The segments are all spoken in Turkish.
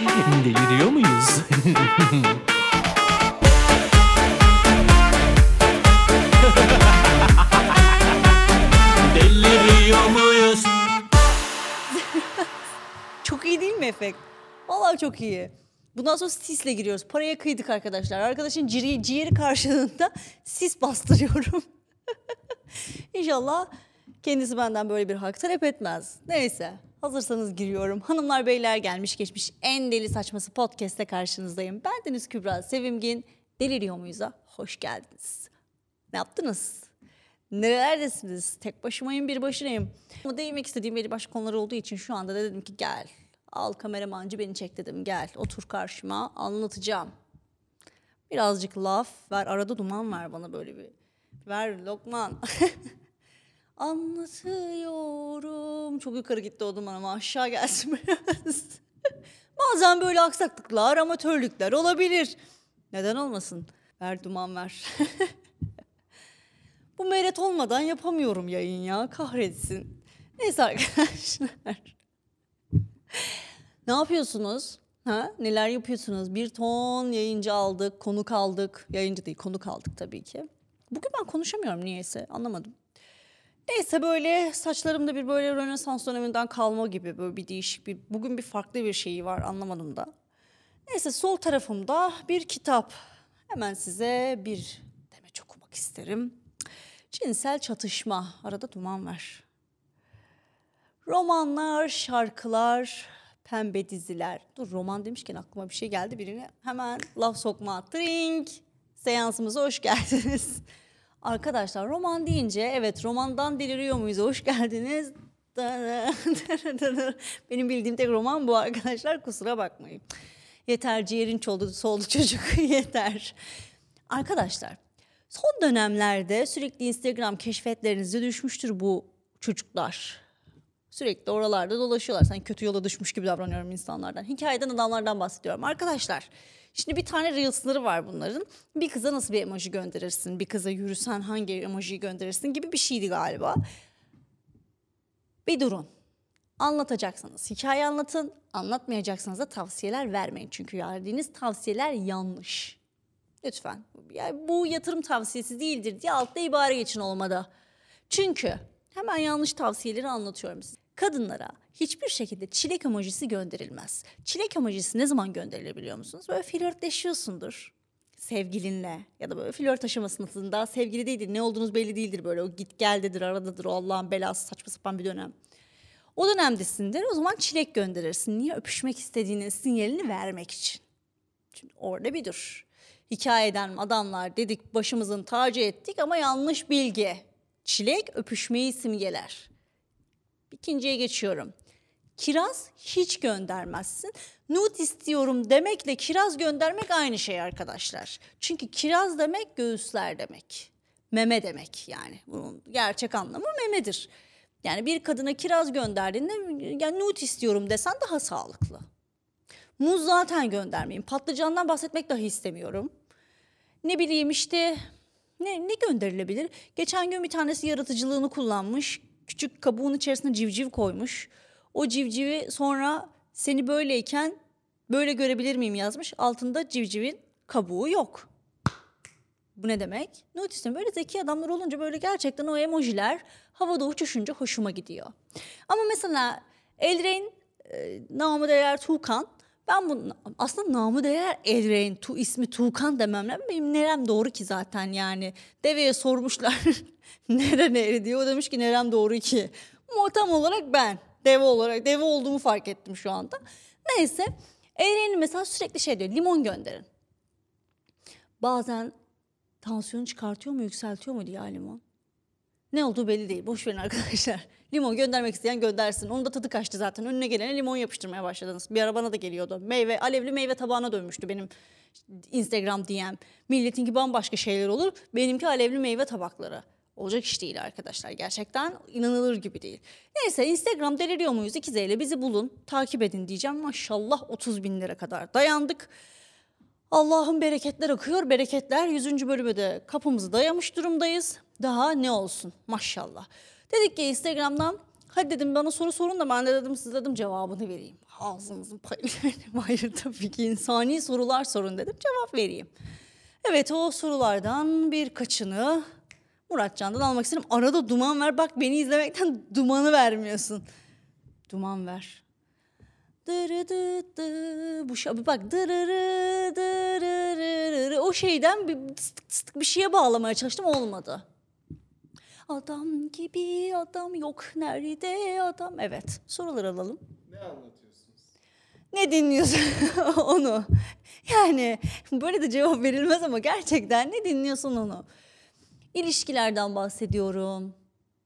Deliriyor muyuz? Deliriyor muyuz? Çok iyi değil mi efekt? Vallahi çok iyi. Bundan sonra sisle giriyoruz. Paraya kıydık arkadaşlar. Arkadaşın ciğeri karşılığında sis bastırıyorum. İnşallah kendisi benden böyle bir hak talep etmez. Neyse, hazırsanız giriyorum. Hanımlar beyler, gelmiş geçmiş en deli saçması podcast'te karşınızdayım. Bendeniz Kübra Sevimgin. Deliriyor muyuz'a hoş geldiniz. Ne yaptınız? Nerelerdesiniz? Tek başımayım, bir başınayım. Ama değinmek istediğim belli başlı konular olduğu için şu anda da dedim ki gel. Al kameramancı, beni çek dedim. Gel otur karşıma, anlatacağım. Birazcık laf ver, arada duman ver bana böyle bir. Ver Lokman. Anlatıyorum. Çok yukarı gitti o duman ama aşağı gelsin biraz. Bazen böyle aksaklıklar, amatörlükler olabilir. Neden olmasın? Ver duman ver. Bu meret olmadan yapamıyorum yayın ya. Kahretsin. Neyse arkadaşlar. Ne yapıyorsunuz? Ha? Neler yapıyorsunuz? Bir ton yayıncı aldık, konuk aldık. Yayıncı değil, konuk aldık tabii ki. Bugün ben konuşamıyorum niyeyse, anlamadım. Neyse, böyle saçlarımda bir böyle Rönesans döneminden kalma gibi böyle bir değişik bir, bugün bir farklı bir şeyi var, anlamadım da. Neyse, sol tarafımda bir kitap. Hemen size bir demeç okumak isterim. Cinsel çatışma. Arada duman ver. Romanlar, şarkılar, pembe diziler. Dur, roman demişken aklıma bir şey geldi, birine hemen laf sokma. Tring! Seansımıza hoş geldiniz. Arkadaşlar, roman deyince evet, romandan deliriyor muyuz? Hoş geldiniz. Benim bildiğim tek roman bu arkadaşlar, kusura bakmayın. Yeter, ciğerin soldu çocuk yeter. Arkadaşlar, son dönemlerde sürekli Instagram keşfetlerinize düşmüştür bu çocuklar. Sürekli oralarda dolaşıyorlar. Sanki kötü yola düşmüş gibi davranıyorum insanlardan. Hikayeden, adamlardan bahsediyorum. Arkadaşlar, şimdi bir tane reels'ları var bunların. Bir kıza nasıl bir emoji gönderirsin? Bir kıza yürüsen hangi emojiyi gönderirsin gibi bir şeydi galiba. Bir durun. Anlatacaksanız hikaye anlatın. Anlatmayacaksanız da tavsiyeler vermeyin. Çünkü verdiğiniz tavsiyeler yanlış. Lütfen. Yani bu yatırım tavsiyesi değildir diye altta ibare geçin olmadı. Çünkü hemen yanlış tavsiyeleri anlatıyorum size. Kadınlara hiçbir şekilde çilek emojisi gönderilmez. Çilek emojisi ne zaman gönderilir biliyor musunuz? Böyle flörtleşiyorsundur sevgilinle ya da böyle flört aşamasında, daha sevgili değildir, ne olduğunuz belli değildir, böyle o git geldedir, aradadır, o Allah'ın belası, saçma sapan bir dönem. O dönemdesindir, o zaman çilek gönderirsin. Niye? Öpüşmek istediğinin sinyalini vermek için. Şimdi orada bir dur. Hikayeden adamlar dedik, başımızın tacı ettik ama yanlış bilgi. Çilek öpüşmeyi simgeler. İkinciye geçiyorum. Kiraz hiç göndermezsin. Nude istiyorum demekle kiraz göndermek aynı şey arkadaşlar. Çünkü kiraz demek göğüsler demek. Meme demek yani. Bunun gerçek anlamı memedir. Yani bir kadına kiraz gönderdiğinde, yani nude istiyorum desen daha sağlıklı. Muz zaten göndermeyin. Patlıcandan bahsetmek dahi istemiyorum. Ne bileyim işte, ne gönderilebilir? Geçen gün bir tanesi yaratıcılığını kullanmış. Küçük kabuğun içerisine civciv koymuş. O civcivi sonra seni böyleyken böyle görebilir miyim yazmış. Altında civcivin kabuğu yok. Bu ne demek? Nude istiyorum. Böyle zeki adamlar olunca böyle gerçekten o emojiler havada uçuşunca hoşuma gidiyor. Ama mesela Elrein, namı değer Tuğkan. Ben bunu aslında namı değer Elrein, ismi Tuğkan demem lazım. Benim nerem doğru ki zaten yani. Deveye sormuşlar nere diyor. O demiş ki nerem doğru ki. Ama tam olarak ben deve olduğumu fark ettim şu anda. Neyse, Elrein'in mesela sürekli şey diyor, limon gönderin. Bazen tansiyonu çıkartıyor mu, yükseltiyor mu diye limon. Ne olduğu belli değil. Boş verin arkadaşlar. Limon göndermek isteyen göndersin. Onun da tadı kaçtı zaten. Önüne gelene limon yapıştırmaya başladınız. Bir ara bana da geliyordu. Alevli meyve tabağına dönmüştü benim Instagram DM. Milletinki bambaşka şeyler olur. Benimki alevli meyve tabakları. Olacak iş değil arkadaşlar. Gerçekten inanılır gibi değil. Neyse, Instagram deliriyor muyuz? 2Z ile bizi bulun. Takip edin diyeceğim. Maşallah 30 bin lira kadar dayandık. Allah'ın bereketler akıyor. Bereketler 100. bölüme de kapımızı dayamış durumdayız. Daha ne olsun maşallah. Dedik ki Instagram'dan Hadi dedim bana soru sorun da ben de dedim size dedim cevabını vereyim. Ağzınızın payını verdim. Hayır tabii ki insani sorular sorun dedim cevap vereyim. Evet o sorulardan birkaçını Muratcan'dan almak istedim. Arada duman ver bak beni izlemekten dumanı vermiyorsun. Duman ver. Bu şey bak o şeyden bir tık bir şeye bağlamaya çalıştım olmadı. Adam gibi adam yok nerede adam. Evet sorular alalım. Ne anlatıyorsunuz? Ne dinliyorsun onu? Yani böyle de cevap verilmez ama gerçekten ne dinliyorsun onu? İlişkilerden bahsediyorum.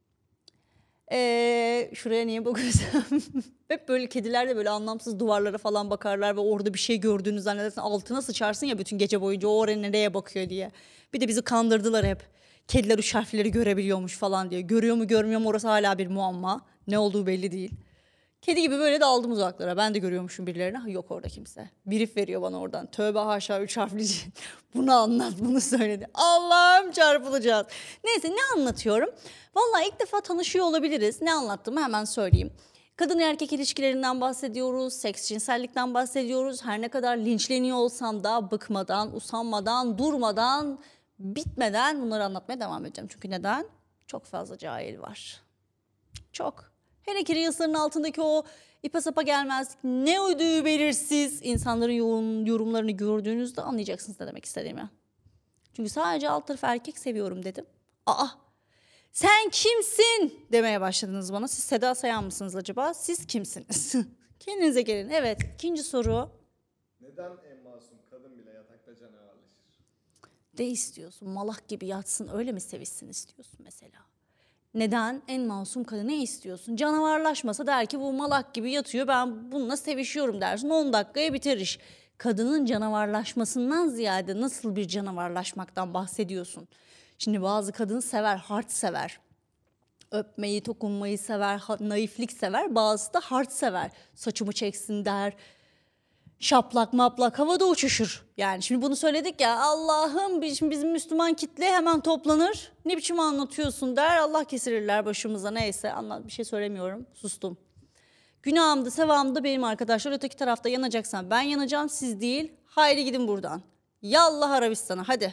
Şuraya niye bakıyorsam? Hep böyle kediler de böyle anlamsız duvarlara falan bakarlar ve orada bir şey gördüğünü zannedersin altına sıçarsın ya bütün gece boyunca o oraya nereye bakıyor diye. Bir de bizi kandırdılar hep. Kediler 3 harfleri görebiliyormuş falan diye. Görüyor mu görmüyor mu orası hala bir muamma. Ne olduğu belli değil. Kedi gibi böyle daldım uzaklara. Ben de görüyormuşum birilerine. Ha, yok orada kimse. Brief veriyor bana oradan. Tövbe haşa 3 harfli. Bunu anlat, bunu söyledi. Allah'ım çarpılacağız. Neyse ne anlatıyorum? Vallahi ilk defa tanışıyor olabiliriz. Ne anlattığımı hemen söyleyeyim. Kadın erkek ilişkilerinden bahsediyoruz, seks cinsellikten bahsediyoruz. Her ne kadar linçleniyor olsam da bıkmadan, usanmadan, durmadan, bitmeden bunları anlatmaya devam edeceğim. Çünkü neden? Çok fazla cahil var. Çok. Hele ki Reels'ların altındaki o ipa sapa gelmez, ne uyduğu belirsiz insanların yorumlarını gördüğünüzde anlayacaksınız ne demek istediğimi. Çünkü sadece alt tarafı erkek seviyorum dedim. Aa, sen kimsin demeye başladınız bana. Siz Seda Sayan mısınız acaba? Siz kimsiniz? Kendinize gelin. Evet, ikinci soru. Neden en masum kadın bile yatakta canavarlaşır? Ne istiyorsun? Malak gibi yatsın, öyle mi sevişsin istiyorsun mesela? Neden? En masum kadın ne istiyorsun? Canavarlaşmasa der ki bu malak gibi yatıyor ben bununla sevişiyorum dersin 10 dakikaya biter iş. Kadının canavarlaşmasından ziyade nasıl bir canavarlaşmaktan bahsediyorsun? Şimdi bazı kadın sever, hard sever. Öpmeyi, dokunmayı sever, naiflik sever. Bazısı da hard sever. Saçımı çeksin der. Şaplak maplak havada uçuşur. Yani şimdi bunu söyledik ya Allah'ım şimdi bizim Müslüman kitle hemen toplanır. Ne biçim anlatıyorsun der Allah kesirirler başımıza neyse anlat bir şey söylemiyorum sustum. Günahımda sevabımda benim arkadaşlar öteki tarafta yanacaksan ben yanacağım siz değil. Haydi gidin buradan. Yallah Arabistan'a hadi.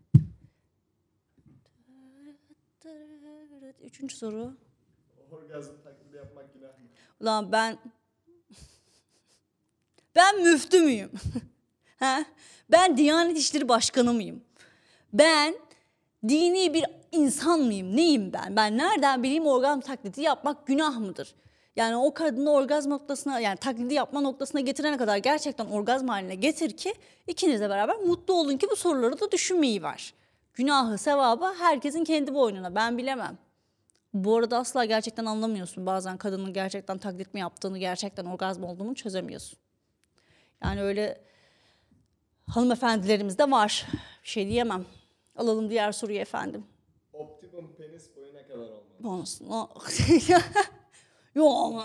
Üçüncü soru. Orgazm taklidi yapmak günah mı? Ulan ben müftü müyüm? Ha? Ben Diyanet İşleri Başkanı mıyım? Ben dini bir insan mıyım? Neyim ben? Ben nereden bileyim orgazm taklidi yapmak günah mıdır? Yani o kadını orgazm noktasına yani taklidi yapma noktasına getirene kadar gerçekten orgazm haline getir ki ikinizle beraber mutlu olun ki bu soruları da düşünmeyi var. Günahı, sevabı herkesin kendi boynuna ben bilemem. Bu arada asla gerçekten anlamıyorsun. Bazen kadının gerçekten taklit mi yaptığını, gerçekten orgazm olduğunu çözemiyorsun. Yani öyle hanımefendilerimiz de var. Bir şey diyemem. Alalım diğer soruyu efendim. Optimum penis boyu ne kadar olmalı? Bonusunu. Yok.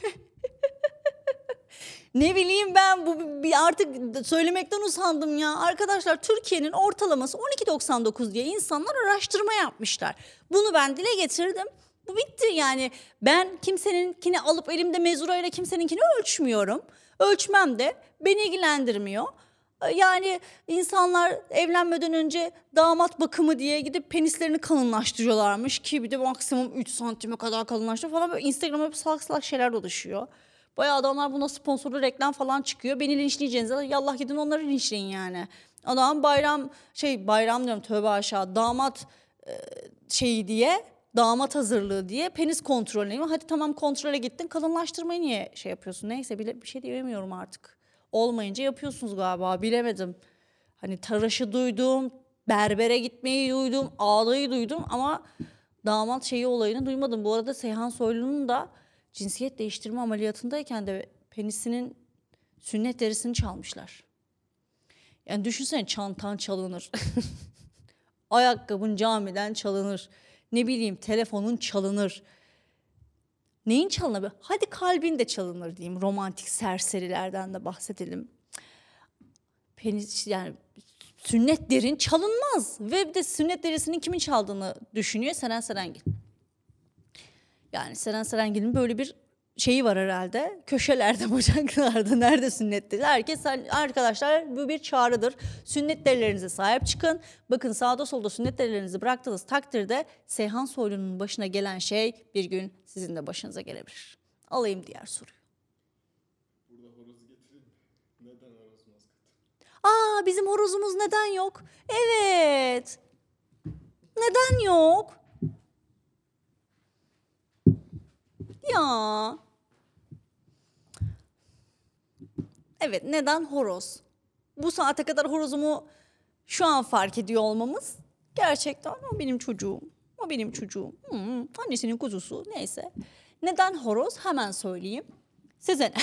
Ne bileyim ben bu artık söylemekten usandım ya. Arkadaşlar Türkiye'nin ortalaması 12.99 diye insanlar araştırma yapmışlar. Bunu ben dile getirdim. Bu bitti yani. Ben kimseninkini alıp elimde mezurayla kimseninkini ölçmüyorum. Ölçmem de beni ilgilendirmiyor. Yani insanlar evlenmeden önce damat bakımı diye gidip penislerini kalınlaştırıyorlarmış ki bir de maksimum 3 santime kadar kalınlaştırıyor falan. Böyle Instagram'a hep salak salak şeyler dolaşıyor. Bayağı adamlar buna sponsorlu reklam falan çıkıyor. Beni linçleyeceğinize yallah gidin onları linçleyin yani. Adam bayram diyorum tövbe aşağı damat şeyi diye damat hazırlığı diye penis kontrolüne. Hadi tamam kontrole gittin kalınlaştırmayı niye şey yapıyorsun? Neyse bir şey diyemiyorum artık. Olmayınca yapıyorsunuz galiba bilemedim. Hani tıraşı duydum, berbere gitmeyi duydum, ağlayı duydum ama damat şeyi olayını duymadım. Bu arada Seyhan Soylu'nun da cinsiyet değiştirme ameliyatındayken de penisinin sünnet derisini çalmışlar. Yani düşünsene çantan çalınır. Ayakkabın camiden çalınır. Ne bileyim telefonun çalınır. Neyin çalınır? Hadi kalbin de çalınır diyeyim. Romantik serserilerden de bahsedelim. Penis yani sünnet derin çalınmaz. Ve bir de sünnet derisinin kimin çaldığını düşünüyor. Seren Serengil. Yani Seren Serengil'in böyle bir şeyi var herhalde. Köşelerde, bacaklarda, nerede sünnetleri. Herkes, arkadaşlar, bu bir çağrıdır. Sünnet derilerinize sahip çıkın. Bakın, sağda solda sünnet derilerinizi bıraktığınız takdirde Seyhan Soylu'nun başına gelen şey bir gün sizin de başınıza gelebilir. Alayım diğer soruyu. Burada horozu getireyim mi? Neden horoz maskotu? Bizim horozumuz neden yok? Evet. Neden yok? Ya. Evet, neden horoz? Bu saate kadar horozumu şu an fark ediyor olmamız gerçekten o benim çocuğum. O benim çocuğum. Annesinin kuzusu, neyse. Neden horoz? Hemen söyleyeyim. Size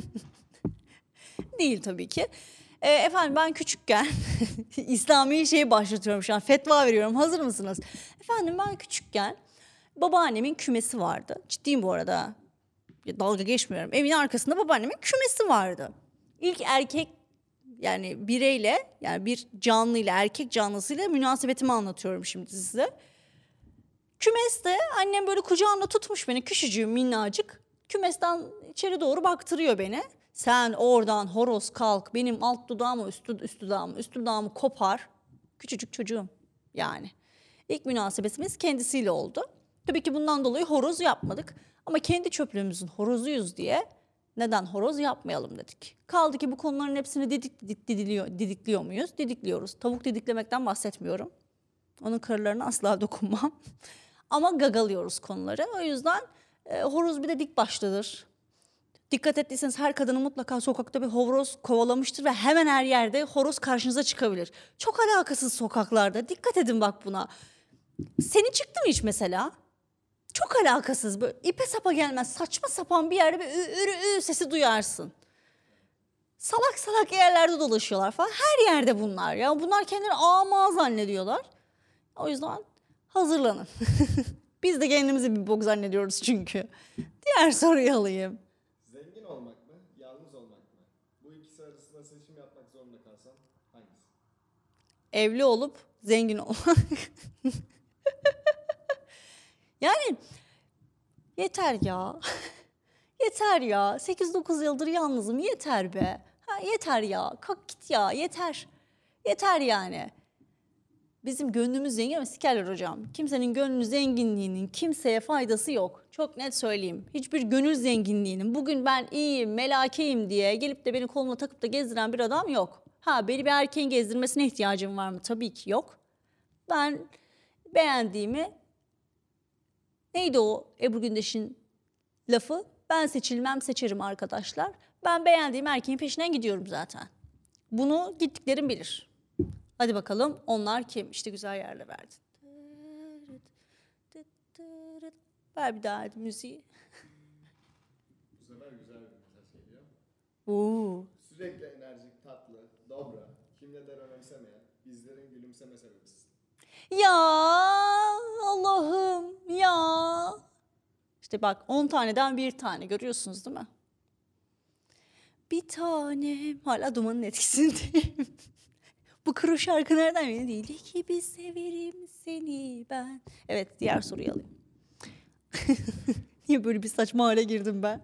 değil tabii ki. Efendim, ben küçükken İslami şeyi başlatıyorum şu an. Fetva veriyorum. Hazır mısınız? Efendim, ben küçükken babaannemin kümesi vardı. Ciddiyim bu arada. Dalga geçmiyorum. Evin arkasında babaannemin kümesi vardı. İlk erkek, yani bireyle, yani bir canlıyla, erkek canlısıyla münasebetimi anlatıyorum şimdi size. Kümeste annem böyle kucağında tutmuş beni, küçücüğüm, minnacık. Kümesten içeri doğru baktırıyor beni. Sen oradan horoz kalk, benim alt dudağımı, üst dudağımı kopar. Küçücük çocuğum yani. İlk münasebetimiz kendisiyle oldu. Tabii ki bundan dolayı horoz yapmadık. Ama kendi çöplüğümüzün horozuyuz diye neden horoz yapmayalım dedik. Kaldı ki bu konuların hepsini didikliyor muyuz? Didikliyoruz. Tavuk didiklemekten bahsetmiyorum. Onun kırlarına asla dokunmam. Ama gagalıyoruz konuları. O yüzden horoz bir de dik başlıdır. Dikkat ettiyseniz her kadının mutlaka sokakta bir horoz kovalamıştır ve hemen her yerde horoz karşınıza çıkabilir. Çok alakasız sokaklarda. Dikkat edin bak buna. Senin çıktı mı hiç mesela? Çok alakasız, böyle ipe sapa gelmez, saçma sapan bir yerde bir sesi duyarsın. Salak salak yerlerde dolaşıyorlar falan. Her yerde bunlar ya. Bunlar kendileri ama zannediyorlar. O yüzden hazırlanın. Biz de kendimizi bir bok zannediyoruz çünkü. Diğer soruyu alayım. Zengin olmak mı? Yalnız olmak mı? Bu ikisi arasında seçim yapmak zorunda kalsan hangisi? Evli olup zengin olmak. Yani yeter ya. Yeter ya. 8-9 yıldır yalnızım. Yeter be. Yeter ya. Kalk git ya. Yeter. Yeter yani. Bizim gönlümüz zengin ama sikerler hocam. Kimsenin gönlü zenginliğinin kimseye faydası yok. Çok net söyleyeyim. Hiçbir gönül zenginliğinin bugün ben iyiyim, melakeyim diye gelip de beni koluna takıp da gezdiren bir adam yok. Beni bir erkeğin gezdirmesine ihtiyacım var mı? Tabii ki yok. Ben beğendiğimi, neydi o Ebru Gündeş'in lafı? Ben seçilmem seçerim arkadaşlar. Ben beğendiğim erkeğin peşinden gidiyorum zaten. Bunu gittiklerim bilir. Hadi bakalım, onlar kim? İşte güzel yerle verdin. Ver bir daha hadi müziği. Bu sefer güzel bir mesaj geliyor. Oo. Sürekli enerjik, tatlı, dobra, kim ne der önemsemeyen, bizlerin gülümseme sebebisin. Ya Allah'ım ya. İşte bak, 10 taneden bir tane, görüyorsunuz değil mi? Bir tanem. Hala Duman'ın etkisindeyim. Bu kuru şarkı nereden geliyor? Deli gibi severim seni ben. Evet, diğer soruyu alayım. Niye böyle bir saçma hale girdim ben?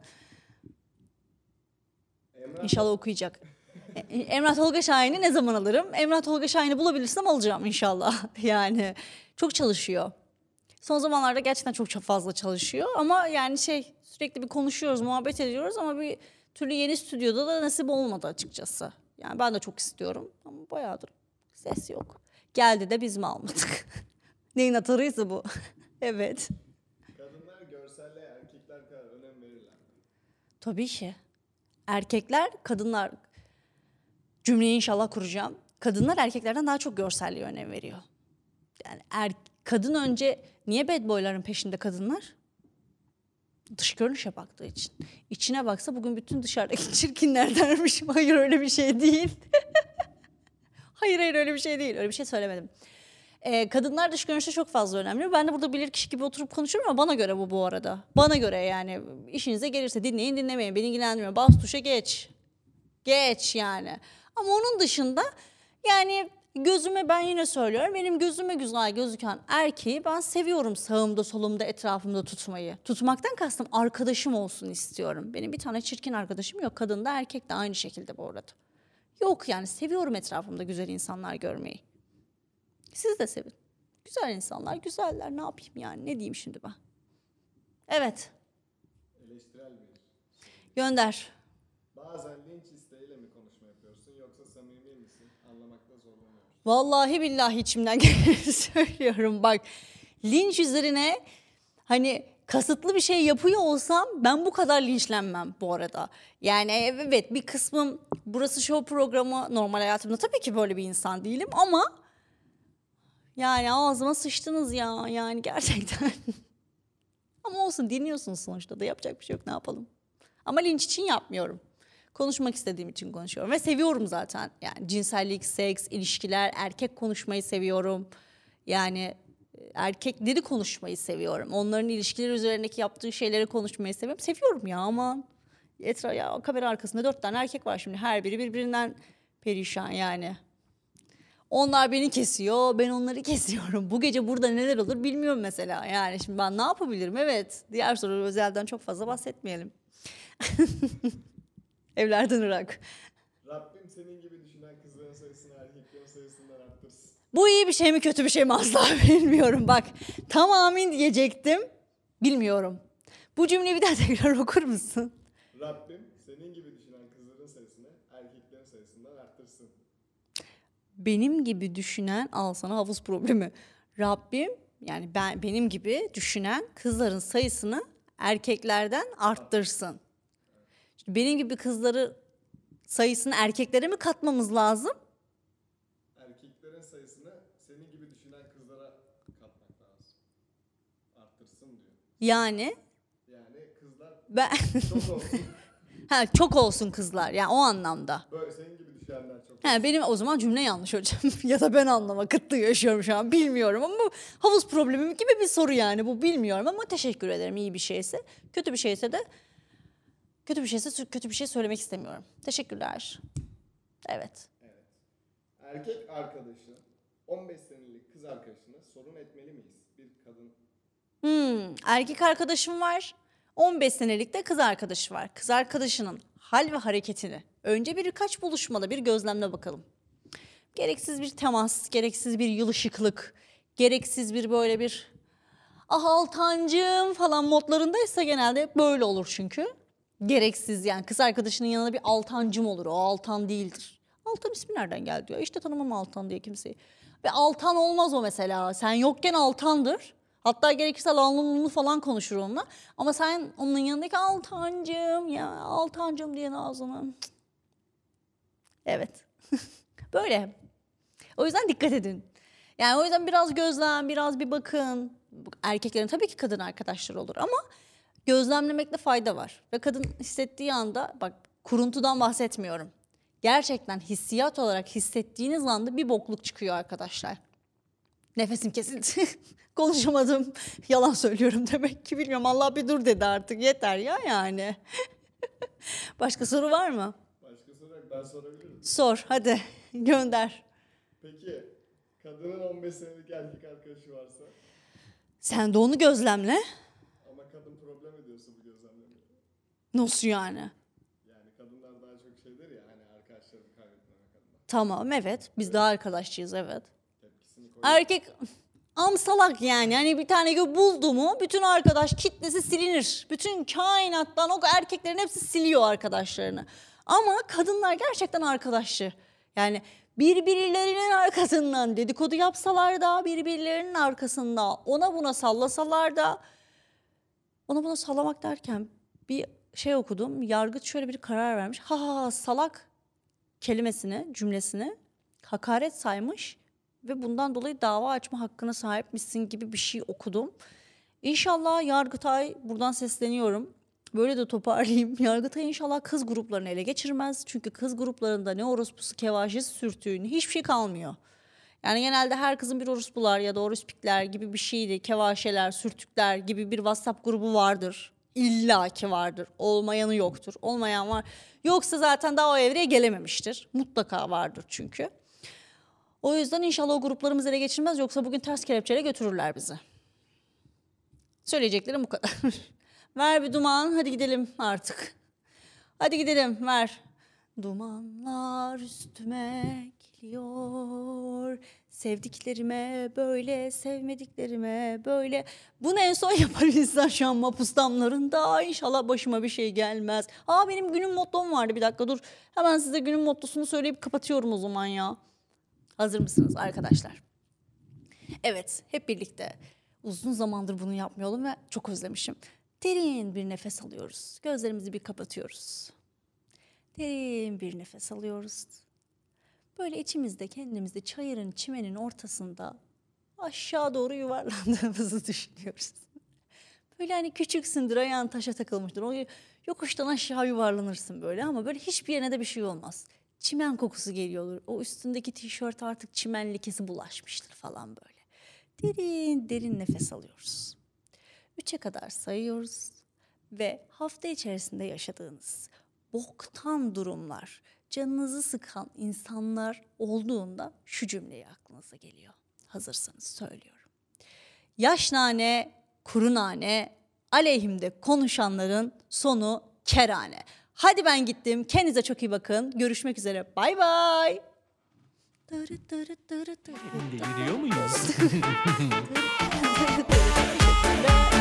İnşallah okuyacak. Emrah Tolga Şahin'i ne zaman alırım? Emrah Tolga Şahin'i bulabilirsem alacağım inşallah. Yani çok çalışıyor. Son zamanlarda gerçekten çok fazla çalışıyor. Ama yani sürekli bir konuşuyoruz, muhabbet ediyoruz ama bir türlü yeni stüdyoda da nasip olmadı açıkçası. Yani ben de çok istiyorum ama bayağıdır ses yok. Geldi de biz mi almadık? Neyin atarıysa bu. Evet. Kadınlar görselliğe erkekler kadar önem verirler. Tabii ki. Erkekler, kadınlar, cümleyi inşallah kuracağım. Kadınlar erkeklerden daha çok görselliğe önem veriyor. Yani kadın önce, niye bad boyların peşinde kadınlar? Dış görünüşe baktığı için. İçine baksa bugün bütün dışarıdaki çirkinler dermiş. Hayır, öyle bir şey değil. Hayır öyle bir şey değil. Öyle bir şey söylemedim. Kadınlar dış görünüşe çok fazla önemli. Ben de burada bilirkişi gibi oturup konuşuyorum ama bana göre bu arada. Bana göre yani. İşinize gelirse dinleyin, dinlemeyin. Beni ilgilendirmiyor. Bas tuşa geç. Geç yani. Ama onun dışında yani gözüme ben yine söylüyorum. Benim gözüme güzel gözüken erkeği ben seviyorum sağımda solumda etrafımda tutmayı. Tutmaktan kastım arkadaşım olsun istiyorum. Benim bir tane çirkin arkadaşım yok. Kadın da erkek de aynı şekilde bu arada. Yok yani seviyorum etrafımda güzel insanlar görmeyi. Siz de sevin. Güzel insanlar güzeller ne yapayım yani ne diyeyim şimdi ben. Evet. Eleştirel bir. Gönder. Bazen linç isteğiyle mi konuşma yapıyorsun yoksa samimi misin? Anlamakta zorlanıyorum. Vallahi billahi içimden geleni söylüyorum bak. Linç üzerine hani kasıtlı bir şey yapıyor olsam ben bu kadar linçlenmem bu arada. Yani evet bir kısmım burası show programı normal hayatımda tabii ki böyle bir insan değilim ama yani ağzıma sıçtınız ya yani gerçekten. Ama olsun dinliyorsunuz sonuçta da yapacak bir şey yok ne yapalım. Ama linç için yapmıyorum. Konuşmak istediğim için konuşuyorum ve seviyorum zaten. Yani cinsellik, seks, ilişkiler, erkek konuşmayı seviyorum. Yani erkekleri konuşmayı seviyorum. Onların ilişkiler üzerindeki yaptığı şeyleri konuşmayı seviyorum. Seviyorum ya aman. Ya kamera arkasında 4 tane erkek var şimdi. Her biri birbirinden perişan yani. Onlar beni kesiyor, ben onları kesiyorum. Bu gece burada neler olur bilmiyorum mesela. Yani şimdi ben ne yapabilirim? Evet. Diğer soru özelden çok fazla bahsetmeyelim. Evlerden Irak. Rabbim senin gibi düşünen kızların sayısını erkeklerin sayısından arttırsın. Bu iyi bir şey mi kötü bir şey mi asla bilmiyorum. Bak tam amin diyecektim. Bilmiyorum. Bu cümleyi bir daha tekrar okur musun? Rabbim senin gibi düşünen kızların sayısını erkeklerin sayısından arttırsın. Benim gibi düşünen al sana havuz problemi. Rabbim yani benim gibi düşünen kızların sayısını erkeklerden arttırsın. Şimdi benim gibi kızları sayısını erkeklere mi katmamız lazım? Erkeklerin sayısını senin gibi düşünen kızlara katmak lazım. Arttırsın diyor. Yani Yani kızlar ben çok olsun. ha, çok olsun kızlar yani o anlamda. Böyle senin gibi düşünenler çok olsun. Ha, benim o zaman cümle yanlış hocam. Ya da ben anlama kıtlığı yaşıyorum şu an bilmiyorum ama bu havuz problemi gibi bir soru yani bu bilmiyorum ama teşekkür ederim iyi bir şeyse. Kötü bir şeyse de kötü bir şey söylemek istemiyorum. Teşekkürler. Evet. Evet. Erkek arkadaşı 15 senelik kız arkadaşına sorun etmeli miyiz? Bir kadın Erkek arkadaşım var. 15 senelik de kız arkadaşı var. Kız arkadaşının hal ve hareketini önce birkaç buluşmada bir gözlemle bakalım. Gereksiz bir temas, gereksiz bir yılışıklık, gereksiz bir böyle bir ah Altancığım falan modlarındaysa genelde böyle olur çünkü. Gereksiz yani kız arkadaşının yanında bir Altancım olur. O Altan değildir. Altan ismi nereden geldi diyor. İşte tanımam Altan diye kimseyi. Ve Altan olmaz o mesela. Sen yokken Altan'dır. Hatta gerekirse lanlımlı falan konuşur onunla. Ama sen onun yanındaki Altancım ya Altancım diye ağzına. Evet. Böyle. O yüzden dikkat edin. Yani o yüzden biraz gözlem, biraz bir bakın. Erkeklerin tabii ki kadın arkadaşları olur ama gözlemlemekte fayda var. Ve kadın hissettiği anda bak kuruntudan bahsetmiyorum. Gerçekten hissiyat olarak hissettiğiniz anda bir bokluk çıkıyor arkadaşlar. Nefesim kesildi. Konuşamadım. Yalan söylüyorum demek ki bilmiyorum. Allah bir dur dedi artık yeter ya yani. Başka soru var mı? başka soru yok. Ben sorabilirim. Sor hadi gönder. Peki kadının 15 senelik erkek arkadaşı varsa Sen de onu gözlemle. ama kadın problem ediyorsa bu gözlemlemiyor. Nasıl yani? Yani kadınlar daha çok şeydir ya hani arkadaşlarını kaybetmemek adına. Tamam evet biz daha arkadaşçıyız evet. Tepkisini koyuyor. Erkek salak yani. Hani bir tane buldu mu bütün arkadaş kitlesi silinir. Bütün kainattan o erkeklerin hepsi siliyor arkadaşlarını. Ama kadınlar gerçekten arkadaşçı. Yani birbirlerinin arkasından dedikodu yapsalar da birbirlerinin arkasında ona buna sallasalar da ona buna sallamak derken bir şey okudum. Yargıç şöyle bir karar vermiş. Salak kelimesini, cümlesini hakaret saymış ve bundan dolayı dava açma hakkına sahipmişsin gibi bir şey okudum. İnşallah Yargıtay buradan sesleniyorum. Böyle de toparlayayım. Yargıtay inşallah kız gruplarını ele geçirmez. Çünkü kız gruplarında ne orospusu kevaşesi sürtüğün hiçbir şey kalmıyor. Yani genelde her kızın bir orospular ya da orospikler gibi bir şeydi. Kevaşeler, sürtükler gibi bir WhatsApp grubu vardır. İlla ki vardır. Olmayanı yoktur. Olmayan var. Yoksa zaten daha o evreye gelememiştir. Mutlaka vardır çünkü. O yüzden inşallah o gruplarımız ele geçirmez, yoksa bugün ters kelepçeyle götürürler bizi. Söyleyeceklerim bu kadar. Ver bir duman, hadi gidelim artık. Hadi gidelim, ver. Dumanlar üstüme geliyor. Sevdiklerime böyle, sevmediklerime böyle. Bunu en son yapar insan şu an mapus damlarında. İnşallah başıma bir şey gelmez. Benim günün mottom vardı, bir dakika dur. Hemen size günün mottosunu söyleyip kapatıyorum o zaman ya. Hazır mısınız arkadaşlar? Evet, hep birlikte. Uzun zamandır bunu yapmıyordum ve çok özlemişim. Derin bir nefes alıyoruz. Gözlerimizi bir kapatıyoruz. Derin bir nefes alıyoruz. Böyle içimizde kendimizi çayırın, çimenin ortasında aşağı doğru yuvarlandığımızı düşünüyoruz. Böyle hani küçüksündür, ayağın taşa takılmıştır. O yokuştan aşağı yuvarlanırsın böyle, ama böyle hiçbir yerine de bir şey olmaz. Çimen kokusu geliyordur. O üstündeki tişört artık çimen lekesi bulaşmıştır falan böyle. Derin derin nefes alıyoruz. 3'e kadar sayıyoruz ve hafta içerisinde yaşadığınız boktan durumlar, canınızı sıkan insanlar olduğunda şu cümleyi aklınıza geliyor. Hazırsanız söylüyorum. Yaş nane, kuru nane, aleyhimde konuşanların sonu kerane. Hadi ben gittim. Kendinize çok iyi bakın. Görüşmek üzere. Bay bay. Deliriyor muyuz?